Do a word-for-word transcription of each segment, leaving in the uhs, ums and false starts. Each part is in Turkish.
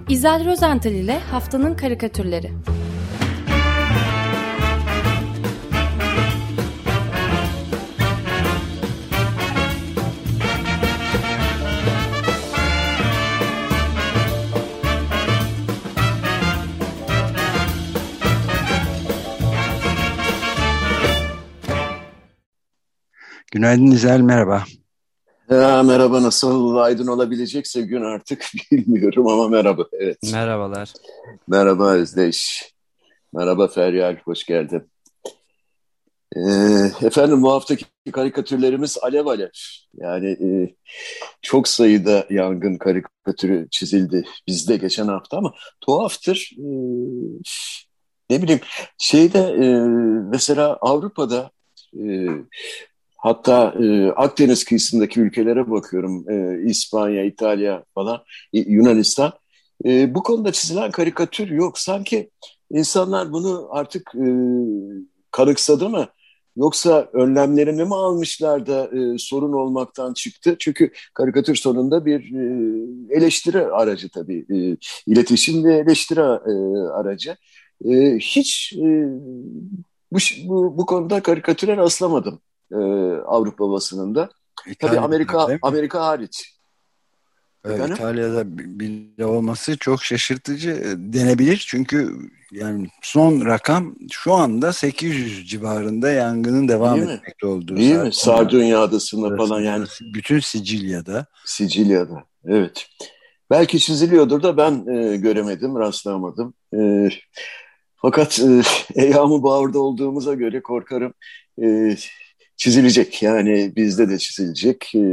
İzel Rozental ile Haftanın Karikatürleri. Günaydın İzel, merhaba. Ha, merhaba, nasıl aydın olabilecekse gün artık bilmiyorum ama merhaba. Evet. Merhabalar. Merhaba Özdeş. Merhaba Feryal, hoş geldin. Ee, efendim bu haftaki karikatürlerimiz alev alev. Yani e, çok sayıda yangın karikatürü çizildi bizde geçen hafta ama tuhaftır. E, ne bileyim şeyde e, mesela Avrupa'da e, hatta e, Akdeniz kıyısındaki ülkelere bakıyorum. E, İspanya, İtalya falan, e, Yunanistan. E, bu konuda çizilen karikatür yok. Sanki insanlar bunu artık e, kanıksadı mı? Yoksa önlemlerini mi almışlar da e, sorun olmaktan çıktı? Çünkü karikatür sonunda bir e, eleştiri aracı tabii. E, iletişim ve eleştiri e, aracı. E, hiç e, bu, bu, bu konuda karikatüre rastlamadım e, Avrupa basınında. Tabii İtalya'da Amerika değil mi? Amerika hariç. Ee, Efendim? İtalya'da bile olması çok şaşırtıcı e, denebilir. Çünkü yani son rakam şu anda sekiz yüz civarında yangının devam Değil mi? etmekte olduğu Değil mi? Sardinya Sardunya Adası'nda falan adasında, yani bütün Sicilya'da. Sicilya'da. Evet. Belki çiziliyordur da ben e, göremedim, rastlamadım. E, fakat e, eyhamı bağırda olduğumuza göre korkarım e, çizilecek. Yani bizde de çizilecek. E,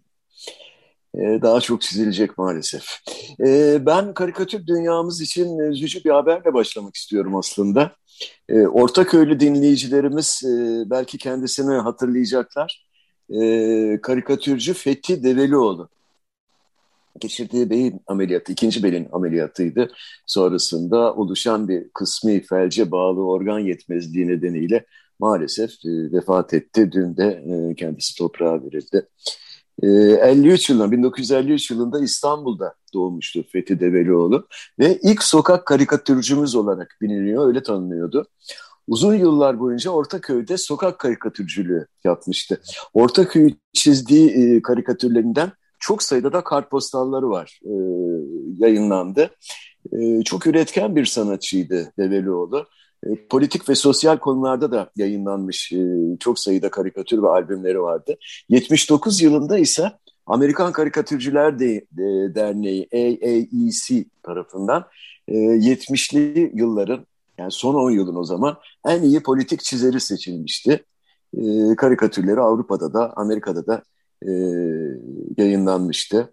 e, daha çok çizilecek maalesef. E, ben karikatür dünyamız için üzücü bir haberle başlamak istiyorum aslında. E, Ortaköylü dinleyicilerimiz e, belki kendisini hatırlayacaklar. E, karikatürcü Fethi Develioğlu. Geçirdiği beyin ameliyatı, ikinci beyin ameliyatıydı. Sonrasında oluşan bir kısmi felce bağlı organ yetmezliği nedeniyle maalesef e, vefat etti. Dün de e, kendisi toprağa verildi. E, elli üç yılında, bin dokuz yüz elli üç yılında İstanbul'da doğmuştu Fethi Develioğlu ve ilk sokak karikatürcümüz olarak biliniyor, öyle tanınıyordu. Uzun yıllar boyunca Ortaköy'de sokak karikatürcülüğü yapmıştı. Ortaköy'ü çizdiği e, karikatürlerinden çok sayıda da kartpostalları var, e, yayınlandı. E, çok üretken bir sanatçıydı Develioğlu. E, politik ve sosyal konularda da yayınlanmış e, çok sayıda karikatür ve albümleri vardı. yetmiş dokuz yılında ise Amerikan Karikatürcüler de, de, Derneği A A E C tarafından e, yetmişli yılların, yani son on yılın o zaman en iyi politik çizeri seçilmişti. E, karikatürleri Avrupa'da da Amerika'da da e, yayınlanmıştı.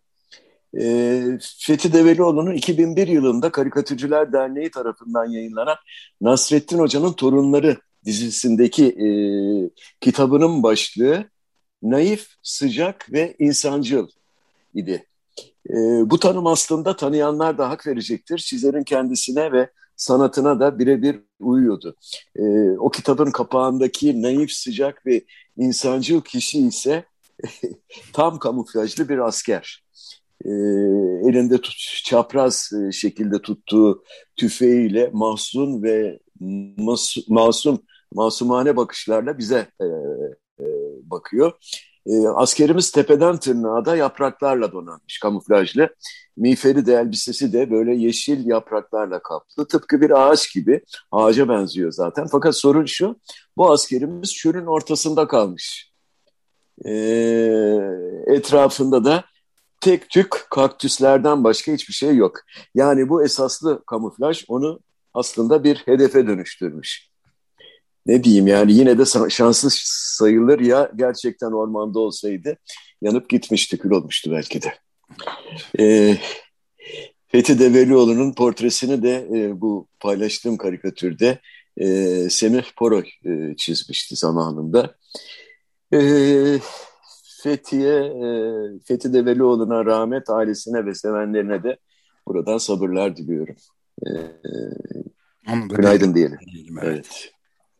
E, Fethi Develioğlu'nun iki bin bir yılında Karikatürcüler Derneği tarafından yayınlanan Nasrettin Hoca'nın Torunları dizisindeki e, kitabının başlığı naif, sıcak ve insancıl idi. E, bu tanım aslında tanıyanlar da hak verecektir. Çizerin kendisine ve sanatına da birebir uyuyordu. E, o kitabın kapağındaki naif, sıcak ve insancıl kişi ise tam kamuflajlı bir asker. E, elinde tut, çapraz e, şekilde tuttuğu tüfeğiyle mahzun ve mas, masum, masumane bakışlarla bize e, e, bakıyor. E, askerimiz tepeden tırnağa da yapraklarla donanmış, kamuflajlı. Miğferi de elbisesi de böyle yeşil yapraklarla kaplı. Tıpkı bir ağaç gibi. Ağaca benziyor zaten. Fakat sorun şu, bu askerimiz çölün ortasında kalmış. E, etrafında da tek tük kaktüslerden başka hiçbir şey yok. Yani bu esaslı kamuflaj onu aslında bir hedefe dönüştürmüş. Ne diyeyim, yani yine de şanslı sayılır, ya gerçekten ormanda olsaydı yanıp gitmişti, kül olmuştu belki de. Ee, Fethi Develioğlu'nun portresini de e, bu paylaştığım karikatürde e, Semih Poroy e, çizmişti zamanında. Ee, Fethiye, e, Fethi Develioğlu'na rahmet, ailesine ve sevenlerine de buradan sabırlar diliyorum. Ee, Onu da günaydın diyelim. diyelim, evet. Evet.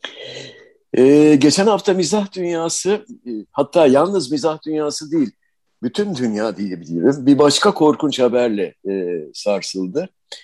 Ee, geçen hafta mizah dünyası, e, hatta yalnız mizah dünyası değil, bütün dünya diyebilirim, bir başka korkunç haberle e, sarsıldı.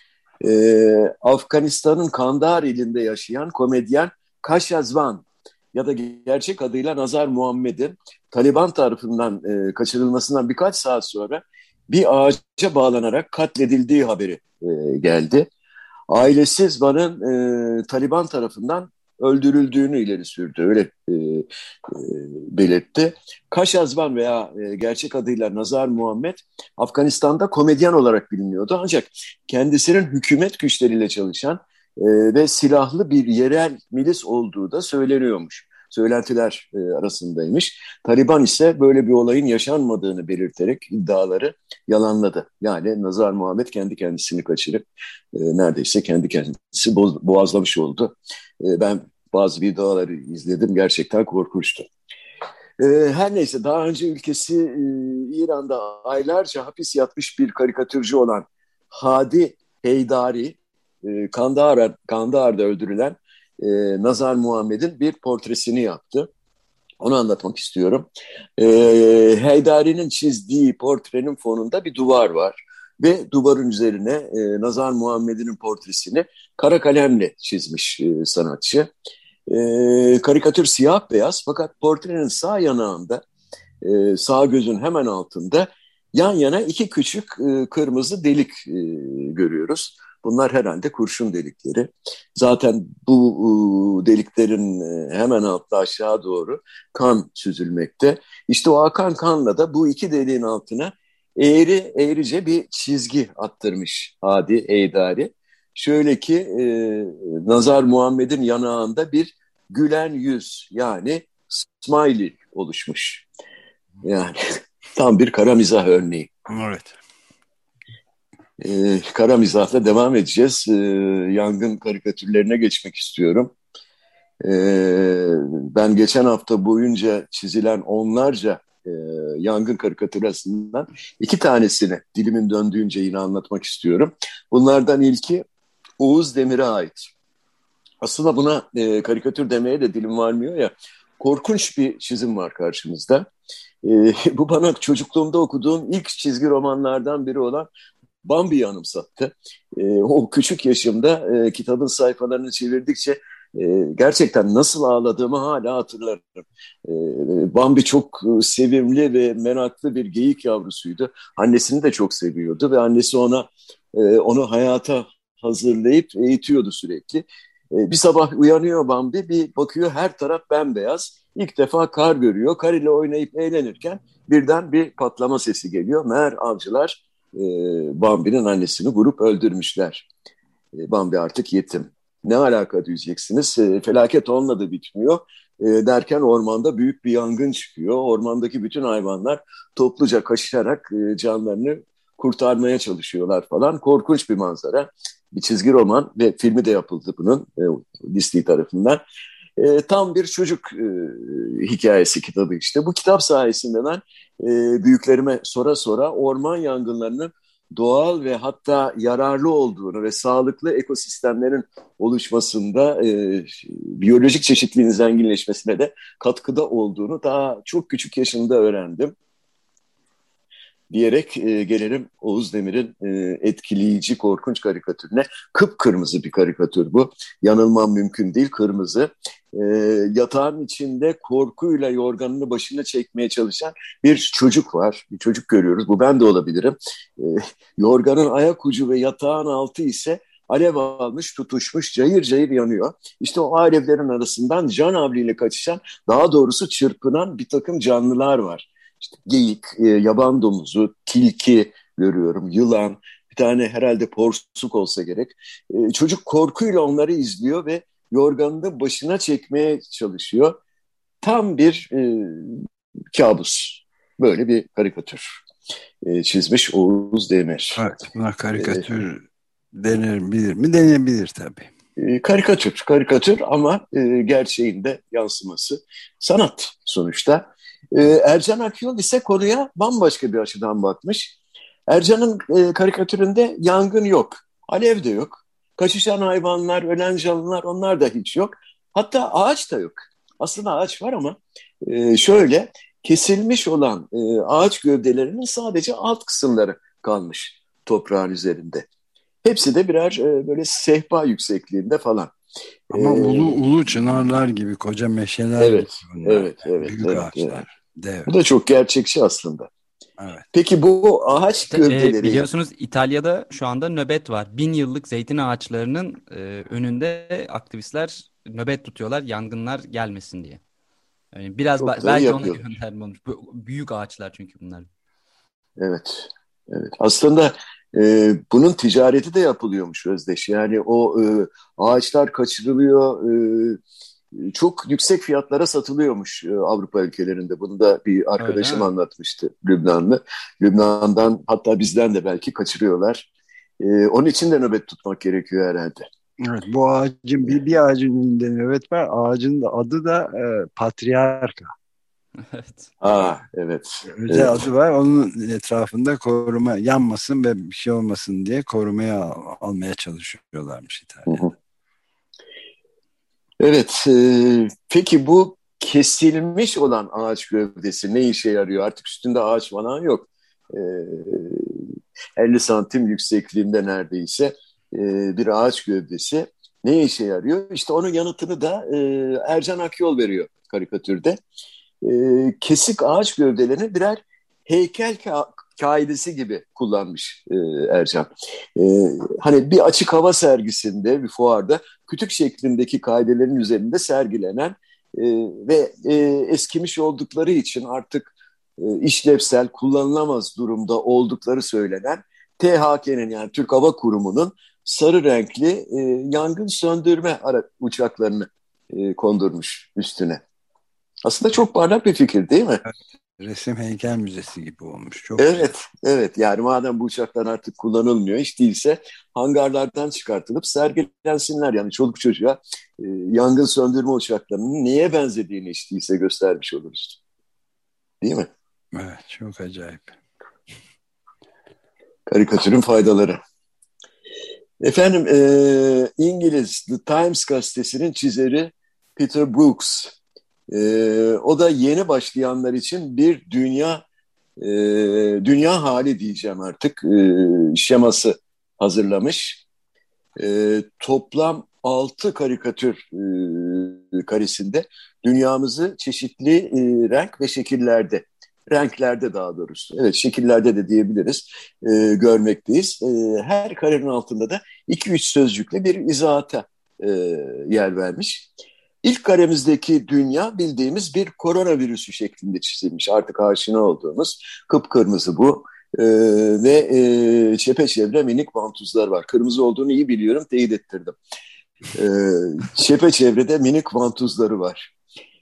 Ee, Afganistan'ın Kandahar ilinde yaşayan komedyen Kaşazvan ya da gerçek adıyla Nazar Muhammed'in Taliban tarafından e, kaçırılmasından birkaç saat sonra bir ağaca bağlanarak katledildiği haberi e, geldi. Ailesi Zvan'ın e, Taliban tarafından öldürüldüğünü ileri sürdü, öyle e, e, belirtti. Kaşazvan veya e, gerçek adıyla Nazar Muhammed Afganistan'da komedyen olarak biliniyordu. Ancak kendisinin hükümet güçleriyle çalışan e, ve silahlı bir yerel milis olduğu da söyleniyormuş. Söylentiler e, arasındaymış. Taliban ise böyle bir olayın yaşanmadığını belirterek iddiaları yalanladı. Yani Nazar Muhammed kendi kendisini kaçırıp e, neredeyse kendi kendisi boğazlamış oldu. E, ben bazı videoları izledim, gerçekten korkunçtu. E, her neyse, daha önce ülkesi e, İran'da aylarca hapis yatmış bir karikatürcü olan Hadi Heydari, e, Kandahar, Kandahar'da öldürülen e, Nazar Muhammed'in bir portresini yaptı. Onu anlatmak istiyorum. E, Heydari'nin çizdiği portrenin fonunda bir duvar var. Ve duvarın üzerine e, Nazar Muhammed'in portresini kara kalemle çizmiş e, sanatçı. E, karikatür siyah beyaz, fakat portrenin sağ yanağında, e, sağ gözün hemen altında yan yana iki küçük e, kırmızı delik e, görüyoruz. Bunlar herhalde kurşun delikleri. Zaten bu e, deliklerin e, hemen altta aşağı doğru kan süzülmekte. İşte o akan kanla da bu iki deliğin altına eğri eğrice bir çizgi attırmış Hadi Heydari. Şöyle ki e, Nazar Muhammed'in yanağında bir gülen yüz, yani smiley oluşmuş. Yani tam bir kara mizah örneği. Evet. Ee, kara mizahla devam edeceğiz. Ee, yangın karikatürlerine geçmek istiyorum. Ee, ben geçen hafta boyunca çizilen onlarca e, yangın karikatürü arasından iki tanesini dilimin döndüğünce yine anlatmak istiyorum. Bunlardan ilki Oğuz Demir'e ait. Aslında buna e, karikatür demeye de dilim varmıyor ya. Korkunç bir çizim var karşımızda. E, bu bana çocukluğumda okuduğum ilk çizgi romanlardan biri olan Bambi'yi anımsattı. E, o küçük yaşımda e, kitabın sayfalarını çevirdikçe e, gerçekten nasıl ağladığımı hala hatırlarım. E, Bambi çok sevimli ve meraklı bir geyik yavrusuydu. Annesini de çok seviyordu ve annesi ona e, onu hayata hazırlayıp eğitiyordu sürekli. E, bir sabah uyanıyor Bambi, bir bakıyor her taraf bembeyaz. İlk defa kar görüyor. Kar ile oynayıp eğlenirken birden bir patlama sesi geliyor. Meğer avcılar e, Bambi'nin annesini vurup öldürmüşler. E, Bambi artık yetim. Ne alaka diyeceksiniz? E, felaket olmadı, bitmiyor. E, derken ormanda büyük bir yangın çıkıyor. Ormandaki bütün hayvanlar topluca kaçışarak e, canlarını kurtarmaya çalışıyorlar falan. Korkunç bir manzara. Bir çizgi roman ve filmi de yapıldı bunun e, Disney tarafından. E, tam bir çocuk e, hikayesi kitabı işte. Bu kitap sayesinde ben e, büyüklerime sora sora orman yangınlarının doğal ve hatta yararlı olduğunu ve sağlıklı ekosistemlerin oluşmasında e, biyolojik çeşitliliğin zenginleşmesine de katkıda olduğunu daha çok küçük yaşımda öğrendim. Diyerek e, gelelim Oğuz Demir'in e, etkileyici, korkunç karikatürüne. Kıpkırmızı bir karikatür bu. Yanılmam mümkün değil, kırmızı. E, yatağın içinde korkuyla yorganını başına çekmeye çalışan bir çocuk var. Bir çocuk görüyoruz. Bu ben de olabilirim. E, yorganın ayak ucu ve yatağın altı ise alev almış, tutuşmuş, cayır cayır yanıyor. İşte o alevlerin arasından can havliyle kaçışan, daha doğrusu çırpınan bir takım canlılar var. İşte geyik, e, yaban domuzu, tilki görüyorum, yılan, bir tane herhalde porsuk olsa gerek. E, çocuk korkuyla onları izliyor ve yorganını başına çekmeye çalışıyor. Tam bir e, kabus. Böyle bir karikatür e, çizmiş Oğuz Demir. Evet, buna karikatür e, denebilir mi? Denebilir tabii. E, karikatür, karikatür ama e, gerçeğin de yansıması. Sanat sonuçta. Ercan Akyol ise konuya bambaşka bir açıdan bakmış. Ercan'ın e, karikatüründe yangın yok, alev de yok. Kaçışan hayvanlar, ölen canlılar, onlar da hiç yok. Hatta ağaç da yok. Aslında ağaç var ama e, şöyle kesilmiş olan e, ağaç gövdelerinin sadece alt kısımları kalmış toprağın üzerinde. Hepsi de birer e, böyle sehpa yüksekliğinde falan. Ama Ee, ulu ulu çınarlar gibi, koca meşeler gibi evet, bunlar. evet, Yani evet, büyük evet, evet. ağaçlar, dev. Bu da çok gerçekçi aslında. Evet. Peki bu ağaç İşte, e, gövdeleri, biliyorsunuz İtalya'da şu anda nöbet var. Bin yıllık zeytin ağaçlarının e, önünde aktivistler nöbet tutuyorlar yangınlar gelmesin diye. Yani biraz çok ba- da iyi belki ona yapıyorlar. gönderme olmuş. Bu, büyük ağaçlar çünkü bunlar. Evet, evet. Aslında e, bunun ticareti de yapılıyormuş Özdeş. Yani o e, ağaçlar kaçırılıyor, e, çok yüksek fiyatlara satılıyormuş e, Avrupa ülkelerinde. Bunu da bir Öyle arkadaşım mi? anlatmıştı, Lübnanlı. Lübnan'dan hatta bizden de belki kaçırıyorlar. E, onun için de nöbet tutmak gerekiyor herhalde. Evet, bu ağacın bir, bir ağacın önünde nöbet var. Ağacın da adı da e, Patriarka. Evet. Aa, evet, Özel evet. adı var. Onun etrafında koruma, yanmasın ve bir şey olmasın diye korumaya al- almaya çalışıyorlarmış Hı İtalya'da. hı. Evet, e, peki bu kesilmiş olan ağaç gövdesi ne işe yarıyor? Artık üstünde ağaç falan yok. E, elli santim yüksekliğinde neredeyse e, bir ağaç gövdesi ne işe yarıyor? İşte onun yanıtını da e, Ercan Akyol veriyor karikatürde. E, kesik ağaç gövdelerini birer heykel ka kaidesi gibi kullanmış e, Ercan. E, hani bir açık hava sergisinde, bir fuarda kütük şeklindeki kaidelerin üzerinde sergilenen e, ve e, eskimiş oldukları için artık e, işlevsel, kullanılamaz durumda oldukları söylenen T H K'nin yani Türk Hava Kurumu'nun sarı renkli e, yangın söndürme ara uçaklarını e, kondurmuş üstüne. Aslında çok parlak bir fikir değil mi? Resim heykel müzesi gibi olmuş. Çok güzel. Evet, evet. Yani madem bu uçaklar artık kullanılmıyor, hiç değilse hangarlardan çıkartılıp sergilensinler. Yani çoluk çocuğa e, yangın söndürme uçaklarının neye benzediğini hiç değilse göstermiş oluruz. Değil mi? Evet, çok acayip. Karikatürün faydaları. Efendim, e, İngiliz The Times gazetesinin çizeri Peter Brooks. E, o da yeni başlayanlar için bir dünya e, dünya hali diyeceğim artık e, şeması hazırlamış. E, toplam altı karikatür e, karesinde dünyamızı çeşitli e, renk ve şekillerde, renklerde daha doğrusu, evet şekillerde de diyebiliriz, e, görmekteyiz. E, her karenin altında da iki üç sözcükle bir izahata e, yer vermiş. İlk karemizdeki dünya bildiğimiz bir koronavirüsü şeklinde çizilmiş. Artık aşina olduğumuz kıpkırmızı bu. Ee, ve e, çepeçevre minik vantuzlar var. Kırmızı olduğunu iyi biliyorum, teyit ettirdim. Ee, çepeçevrede minik vantuzları var.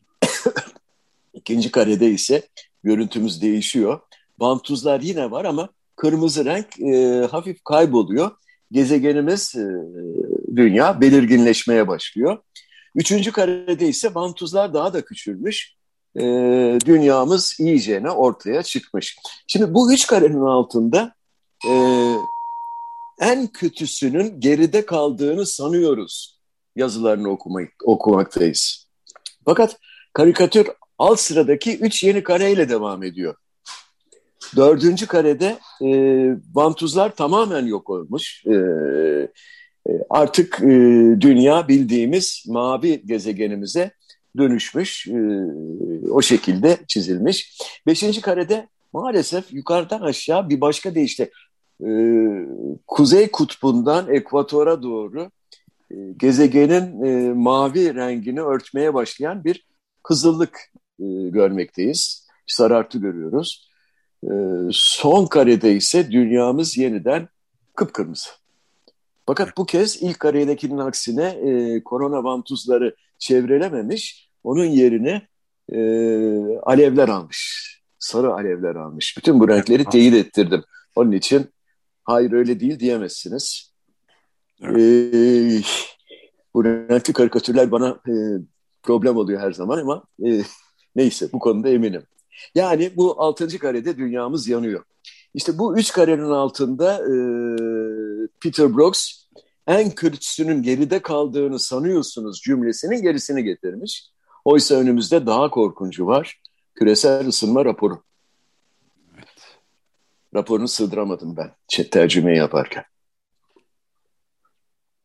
İkinci karede ise görüntümüz değişiyor. Vantuzlar yine var ama kırmızı renk e, hafif kayboluyor. Gezegenimiz e, dünya belirginleşmeye başlıyor. Üçüncü karede ise vantuzlar daha da küçülmüş. E, dünyamız iyicene ortaya çıkmış. Şimdi bu üç karenin altında e, en kötüsünün geride kaldığını sanıyoruz yazılarını okumak, okumaktayız. Fakat karikatür alt sıradaki üç yeni kareyle devam ediyor. Dördüncü karede e, vantuzlar tamamen yok olmuş. E, e, artık e, dünya bildiğimiz mavi gezegenimize dönüşmüş. E, o şekilde çizilmiş. Beşinci karede maalesef yukarıdan aşağı bir başka deyişle e, kuzey kutbundan ekvatora doğru e, gezegenin e, mavi rengini örtmeye başlayan bir kızıllık e, görmekteyiz. Sarartı görüyoruz. E, son karede ise dünyamız yeniden kıpkırmızı. Fakat bu kez ilk karedekinin aksine e, korona vantuzları çevrelememiş, onun yerine e, alevler almış. Sarı alevler almış. Bütün bu renkleri teyit ettirdim. Onun için hayır öyle değil diyemezsiniz. Evet. E, bu renkli karikatürler bana e, problem oluyor her zaman ama e, neyse bu konuda eminim. Yani bu altıncı karede dünyamız yanıyor. İşte bu üç karenin altında e, Peter Brooks en kötüsünün geride kaldığını sanıyorsunuz cümlesinin gerisini getirmiş. Oysa önümüzde daha korkuncu var. Küresel ısınma raporu. Raporunu sığdıramadım ben tercümeyi yaparken.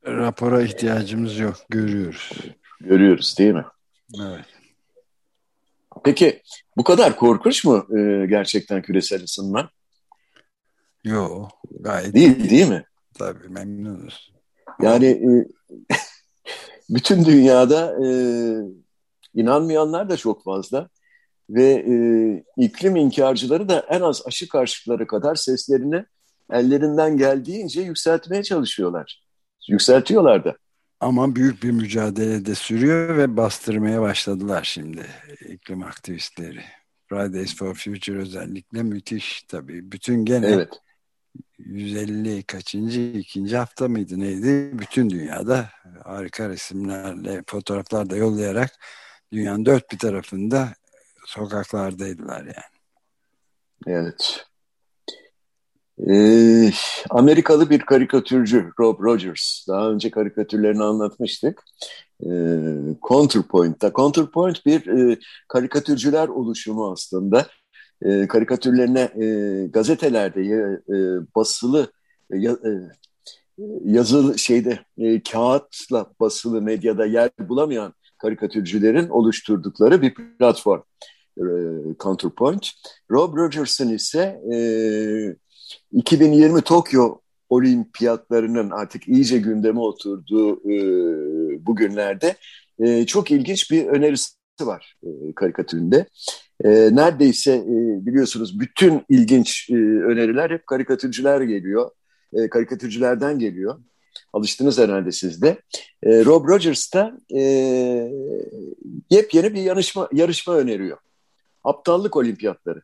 rapora ihtiyacımız yok. Görüyoruz. Görüyoruz değil mi? Evet. Peki bu kadar korkunç mu e, gerçekten küresel ısınma? Yok. Gayet Değil, iyi. değil mi? Tabii memnunuz. Yani e, bütün dünyada e, inanmayanlar da çok fazla ve e, iklim inkarcıları da en az aşı karşıtları kadar seslerini ellerinden geldiğince yükseltmeye çalışıyorlar. Yükseltiyorlar da. Ama büyük bir mücadele de sürüyor ve bastırmaya başladılar şimdi iklim aktivistleri. Fridays for Future özellikle müthiş tabii. Bütün gene Evet. yüz elli kaçıncı ikinci hafta mıydı neydi? Bütün dünyada harika resimlerle fotoğraflar da yollayarak dünyanın dört bir tarafında sokaklardaydılar yani. Evet. Ee, Amerikalı bir karikatürcü Rob Rogers. Daha önce karikatürlerini anlatmıştık. Ee, Counterpoint'ta. Counterpoint bir e, karikatürcüler oluşumu aslında. E, karikatürlerine e, gazetelerde e, basılı e, ya, e, yazılı şeyde e, kağıtla basılı medyada yer bulamayan karikatürcülerin oluşturdukları bir platform. E, Counterpoint. Rob Rogers'ın ise e, iki bin yirmi Tokyo Olimpiyatlarının artık iyice gündeme oturduğu e, bugünlerde e, çok ilginç bir önerisi var e, karikatüründe. E, neredeyse e, biliyorsunuz bütün ilginç e, öneriler hep karikatürcüler geliyor. E, karikatürcülerden geliyor. Alıştınız herhalde siz de. E, Rob Rogers da e, yepyeni bir yarışma, yarışma öneriyor. Aptallık olimpiyatları.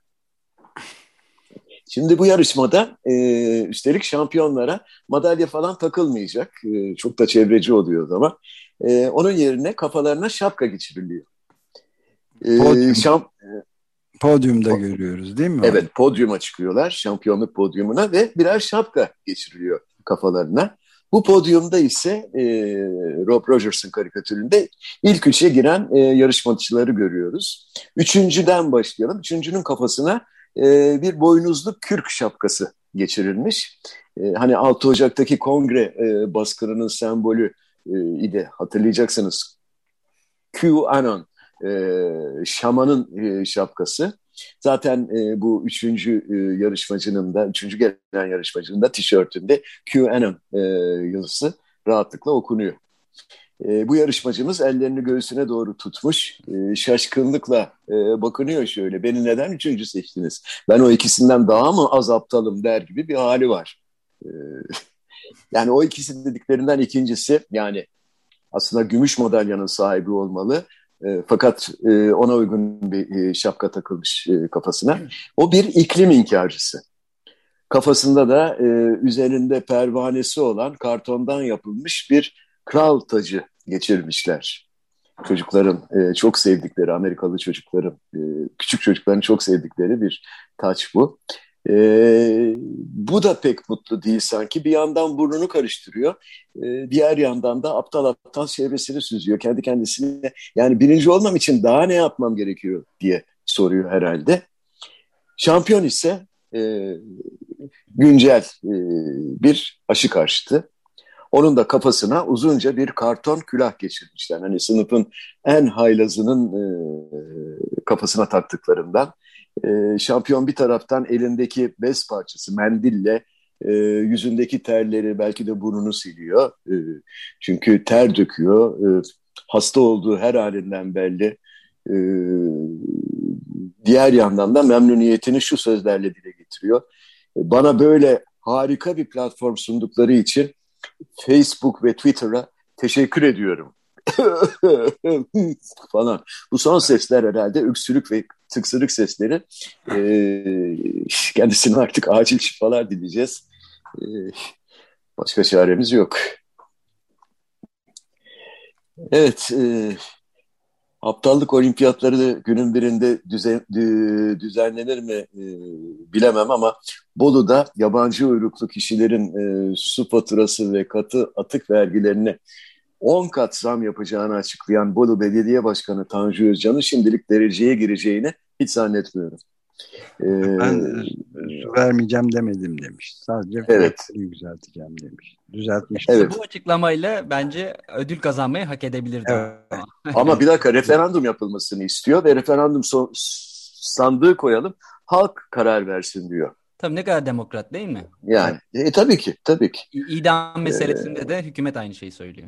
Şimdi bu yarışmada e, üstelik şampiyonlara madalya falan takılmayacak. E, çok da çevreci oluyor o zaman. E, onun yerine kafalarına şapka geçiriliyor. E, Podyum, şamp podyumda görüyoruz değil mi? Evet, onu? Podyuma çıkıyorlar, şampiyonluk podyumuna ve birer şapka geçiriliyor kafalarına. Bu podyumda ise e, Rob Rogers'ın karikatüründe ilk üçe giren e, yarışmacıları görüyoruz. Üçüncüden başlayalım. Üçüncünün kafasına e, bir boynuzlu kürk şapkası geçirilmiş. E, hani altı Ocak'taki kongre e, baskınının sembolü e, idi, hatırlayacaksınız. QAnon, e, şamanın e, şapkası. Zaten e, bu üçüncü e, yarışmacının da, üçüncü gelen yarışmacının da tişörtünde QAnon e, yazısı rahatlıkla okunuyor. E, bu yarışmacımız ellerini göğsüne doğru tutmuş, e, şaşkınlıkla e, bakınıyor şöyle. Beni neden üçüncü seçtiniz? Ben o ikisinden daha mı az aptalım der gibi bir hali var. E, yani o ikisi dediklerinden ikincisi, yani aslında gümüş madalyanın sahibi olmalı. E, fakat e, ona uygun bir e, şapka takılmış e, kafasına. O bir iklim inkarcısı. Kafasında da e, üzerinde pervanesi olan kartondan yapılmış bir kral tacı geçirmişler. Çocukların e, çok sevdikleri, Amerikalı çocukların, e, küçük çocukların çok sevdikleri bir taç bu. E, bu da pek mutlu değil sanki. Bir yandan burnunu karıştırıyor. E, diğer yandan da aptal aptal çevresini süzüyor. Kendi kendisine, yani birinci olmam için daha ne yapmam gerekiyor diye soruyor herhalde. Şampiyon ise e, güncel e, bir aşı karşıtı. Onun da kafasına uzunca bir karton külah geçirmişler. Hani sınıfın en haylazının e, kafasına taktıklarından. E, şampiyon bir taraftan elindeki bez parçası, mendille e, yüzündeki terleri, belki de burnunu siliyor. E, çünkü ter döküyor. E, hasta olduğu her halinden belli. E, diğer yandan da memnuniyetini şu sözlerle dile getiriyor. Bana böyle harika bir platform sundukları için Facebook ve Twitter'a teşekkür ediyorum. falan. Bu son sesler herhalde öksürük ve tıksırık sesleri. Ee, kendisine artık acil şifalar dileyeceğiz. Ee, başka çaremiz yok. Evet, e, aptallık olimpiyatları da günün birinde düzen, düzenlenir mi e, bilemem ama Bolu'da yabancı uyruklu kişilerin e, su faturası ve katı atık vergilerini on kat zam yapacağını açıklayan Bolu Belediye Başkanı Tanju Özcan'ın şimdilik dereceye gireceğini hiç zannetmiyorum. Ee, Ben su vermeyeceğim demedim demiş. Sadece evet. fiyatını yükselteceğim demiş. Düzeltmiş. Evet. Bu açıklamayla bence ödül kazanmayı hak edebilirdi. Evet. Ama bir dakika, referandum yapılmasını istiyor ve referandum so- sandığı koyalım, halk karar versin diyor. Tabii ne kadar demokrat değil mi? Yani e, tabii ki, tabii ki. İ- İdam meselesinde ee, de hükümet aynı şeyi söylüyor.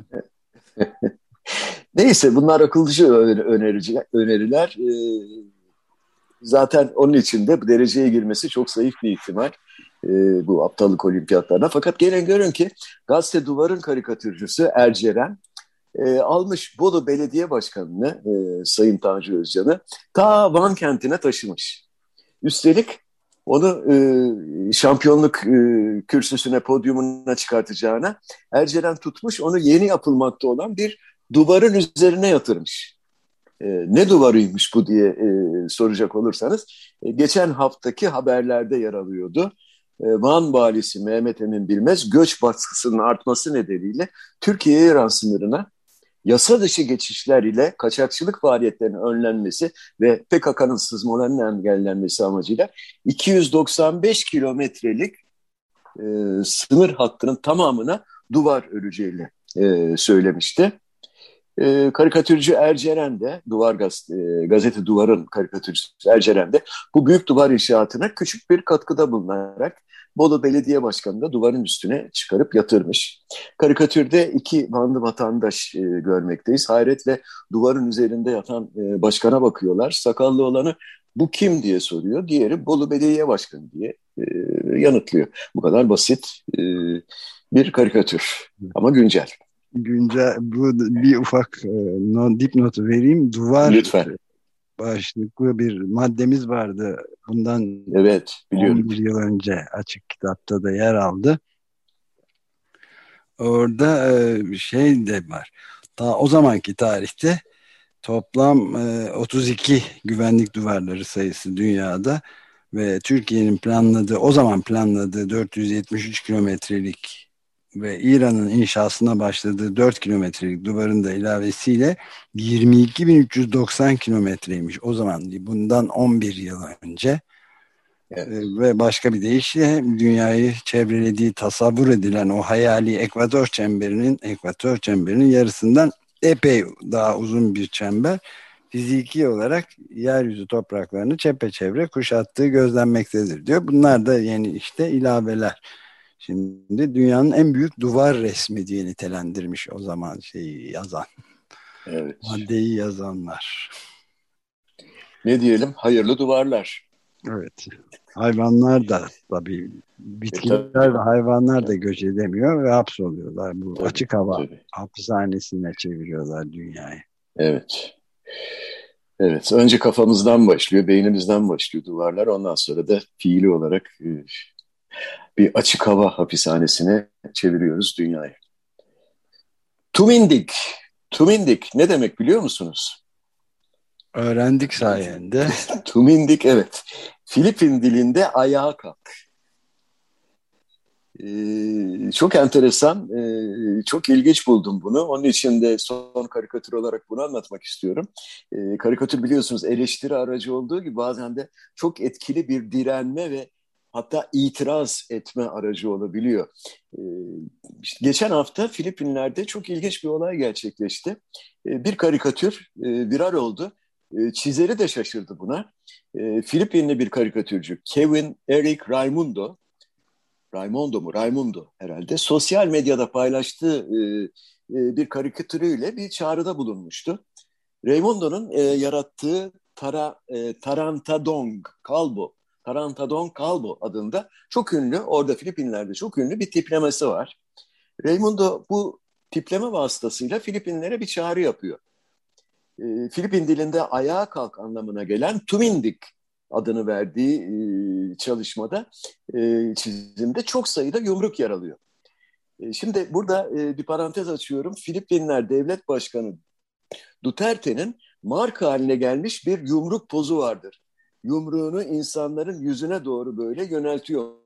Neyse, bunlar akıllıca önerici, öneriler. Ee, zaten onun için de bu dereceye girmesi çok zayıf bir ihtimal. Ee, bu aptallık olimpiyatlarına. Fakat gelin görün ki Gazete Duvar'ın karikatürcüsü Erceren e, almış Bolu Belediye Başkanı'nı, e, Sayın Tanju Özcan'ı ta Van kentine taşımış. Üstelik onu e, şampiyonluk e, kürsüsüne, podyumuna çıkartacağına Erceren tutmuş, onu yeni yapılmakta olan bir duvarın üzerine yatırmış. E, ne duvarıymış bu diye e, soracak olursanız, e, geçen haftaki haberlerde yer alıyordu. E, Van valisi Mehmet Emin Bilmez, göç baskısının artması nedeniyle Türkiye-İran sınırına yasa dışı geçişler ile kaçakçılık faaliyetlerinin önlenmesi ve P K K'nın sızmalarının engellenmesi amacıyla iki yüz doksan beş kilometrelik e, sınır hattının tamamına duvar öreceğini e, söylemişti. E, karikatürcü Erceren de, Duvar Gazete, e, Gazete Duvar'ın karikatürcüsü Erceren de bu büyük duvar inşaatına küçük bir katkıda bulunarak Bolu Belediye Başkanı da duvarın üstüne çıkarıp yatırmış. Karikatürde iki Vanlı vatandaş e, görmekteyiz. Hayretle duvarın üzerinde yatan e, başkana bakıyorlar. Sakallı olanı bu kim diye soruyor. Diğeri Bolu Belediye Başkanı diye e, yanıtlıyor. Bu kadar basit e, bir karikatür ama güncel. Güncel, bu bir ufak e, no, dipnotu vereyim. Duvar Lütfen. Başlıklı bir maddemiz vardı. Bundan evet, biliyorum. on bir yıl önce Açık Kitap'ta da yer aldı. Orada e, şey de var. Ta o zamanki tarihte toplam e, otuz iki güvenlik duvarları sayısı dünyada ve Türkiye'nin planladığı, o zaman planladığı dört yüz yetmiş üç kilometrelik ve İran'ın inşasına başladığı dört kilometrelik duvarın da ilavesiyle yirmi iki bin üç yüz doksan kilometreymiş o zaman, bundan on bir yıl önce. Evet. Ve başka bir deyişle dünyayı çevrelediği tasavvur edilen o hayali ekvator çemberinin ekvator çemberinin yarısından epey daha uzun bir çember fiziki olarak yeryüzü topraklarını çepeçevre kuşattığı gözlenmektedir diyor. Bunlar da yeni işte ilaveler. Şimdi dünyanın en büyük duvar resmi diye nitelendirmiş o zaman şeyi yazan. Evet. Maddeyi yazanlar. Ne diyelim? Hayırlı duvarlar. Evet. Hayvanlar da tabii, bitkiler e, tabii. ve hayvanlar da göç edemiyor ve hapsoluyorlar. Bu tabii, açık hava tabii. hapishanesine çeviriyorlar dünyayı. Evet. Evet. Önce kafamızdan başlıyor, beynimizden başlıyor duvarlar. Ondan sonra da fiili olarak bir açık hava hapishanesine çeviriyoruz dünyayı. Tumindik. Tumindik ne demek biliyor musunuz? Öğrendik sayende. Tumindik, evet. Filipin dilinde ayağa kalk. Ee, çok enteresan, ee, çok ilginç buldum bunu. Onun için de son karikatür olarak bunu anlatmak istiyorum. Ee, karikatür biliyorsunuz eleştiri aracı olduğu gibi bazen de çok etkili bir direnme ve hatta itiraz etme aracı olabiliyor. Ee, işte geçen hafta Filipinler'de çok ilginç bir olay gerçekleşti. Ee, bir karikatür e, viral oldu. E, çizeri de şaşırdı buna. E, Filipinli bir karikatürcü Kevin Eric Raimundo, Raimundo mu? Raimundo herhalde. Sosyal medyada paylaştığı e, e, bir karikatürüyle bir çağrıda bulunmuştu. Raimundo'nun e, yarattığı Tara, e, Tarantadong Calvo, Tarantadong Calvo adında çok ünlü, orada Filipinler'de çok ünlü bir tiplemesi var. Raimundo bu tipleme vasıtasıyla Filipinlere bir çağrı yapıyor. E, Filipin dilinde ayağa kalk anlamına gelen tumindik adını verdiği e, çalışmada, e, çizimde çok sayıda yumruk yer alıyor. E, şimdi burada e, bir parantez açıyorum. Filipinler Devlet Başkanı Duterte'nin marka haline gelmiş bir yumruk pozu vardır. Yumruğunu insanların yüzüne doğru böyle yöneltiyor.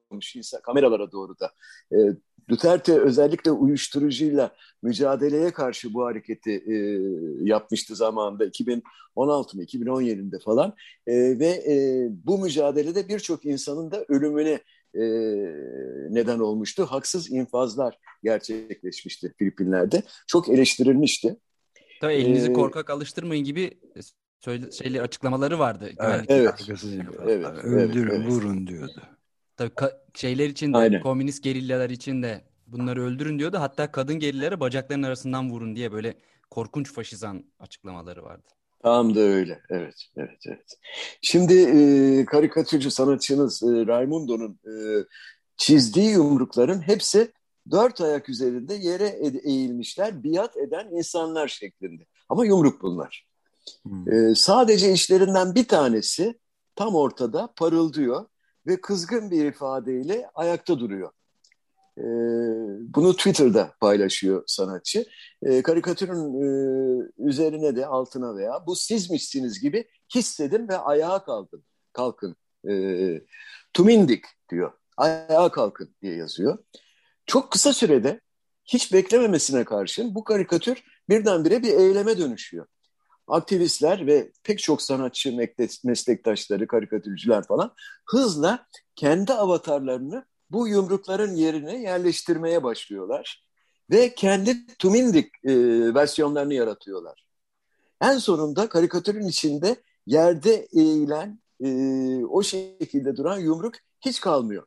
bakıyormuş insan, kameralara doğru da. E, Duterte özellikle uyuşturucuyla mücadeleye karşı bu hareketi e, yapmıştı zamanında iki bin on altı mı iki bin on yedide falan e, ve e, bu mücadelede birçok insanın da ölümüne e, neden olmuştu. Haksız infazlar gerçekleşmişti Filipinler'de. Çok eleştirilmişti. Tabii elinizi Ee, korkak alıştırmayın gibi söyle, şeyli açıklamaları vardı güvenlik. Evet, evet, evet, öldürün, evet. vurun diyordu. Tabii ka- şeyler için de, Aynen. komünist gerillalar için de bunları öldürün diyordu. Hatta kadın gerillere bacaklarının arasından vurun diye böyle korkunç faşizan açıklamaları vardı. Tam da öyle. Evet, evet, evet. Şimdi e, karikatürcü sanatçınız e, Raimundo'nun e, çizdiği yumrukların hepsi dört ayak üzerinde yere eğilmişler, biat eden insanlar şeklinde. Ama yumruk bunlar. Hmm. E, sadece işlerinden bir tanesi tam ortada parıldıyor ve kızgın bir ifadeyle ayakta duruyor. E, bunu Twitter'da paylaşıyor sanatçı. E, karikatürün e, üzerine de altına veya bu sizmişsiniz gibi hissedin ve ayağa kalkın. Kalkın. E, tumindik diyor. Ayağa kalkın diye yazıyor. Çok kısa sürede hiç beklememesine karşın bu karikatür birdenbire bir eyleme dönüşüyor. Aktivistler ve pek çok sanatçı meslektaşları, karikatürcüler falan hızla kendi avatarlarını bu yumrukların yerine yerleştirmeye başlıyorlar. Ve kendi tumindik e, versiyonlarını yaratıyorlar. En sonunda karikatürün içinde yerde eğilen, e, o şekilde duran yumruk hiç kalmıyor.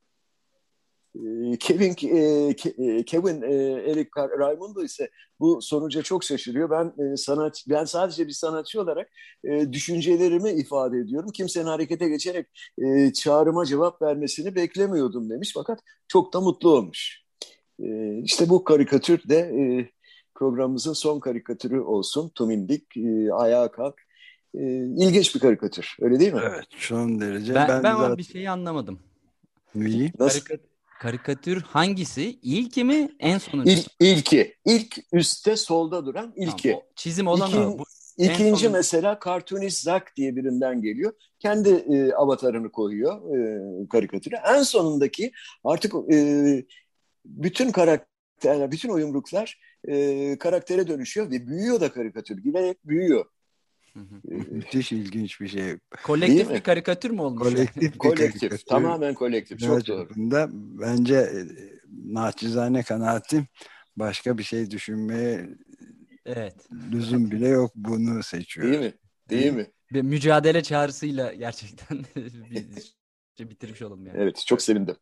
Kevin Kevin Eric Raimundo ise bu sonuca çok şaşırıyor. Ben sanat ben sadece bir sanatçı olarak düşüncelerimi ifade ediyorum. Kimsenin harekete geçerek çağrıma cevap vermesini beklemiyordum demiş. Fakat çok da mutlu olmuş. İşte bu karikatür de programımızın son karikatürü olsun. Tumindik, ayağa kalk. İlginç bir karikatür. Öyle değil mi? Evet, son derece. Ben, Ben, ben zaten... bir şeyi anlamadım. Neyi? Nasıl? Karikat- karikatür hangisi? İlki mi? En sonuncusu? İlk, ilki. İlk üstte solda duran ilki. Tamam, o çizim olan İkin, o. Bu ikinci sonun... mesela Cartoonist Zack diye birinden geliyor. Kendi e, avatarını koyuyor e, karikatüre. En sonundaki artık e, bütün karakterler, bütün o yumruklar e, karaktere dönüşüyor ve büyüyor da karikatür. Giderek büyüyor. Hı hı. Müthiş ilginç bir şey. Kolektif bir karikatür mü olmuş? Kolektif Yani? bir Kolektif, karikatür. tamamen kolektif. Çok doğru. Bence e, naçizane kanaatim başka bir şey düşünmeye evet. lüzum bile yok. Bunu seçiyoruz. Değil mi? Değil evet. mi? Bir mücadele çağrısıyla gerçekten bir bitirmiş olalım yani. Evet, çok sevindim.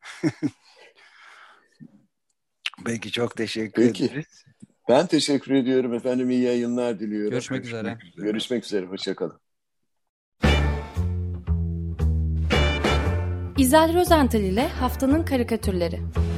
Peki, çok teşekkür Peki. ederiz. Ben teşekkür ediyorum efendim. İyi yayınlar diliyorum. Görüşmek, Görüşmek üzere. üzere. Görüşmek üzere. Hoşçakalın. İzel Rozental ile Haftanın Karikatürleri.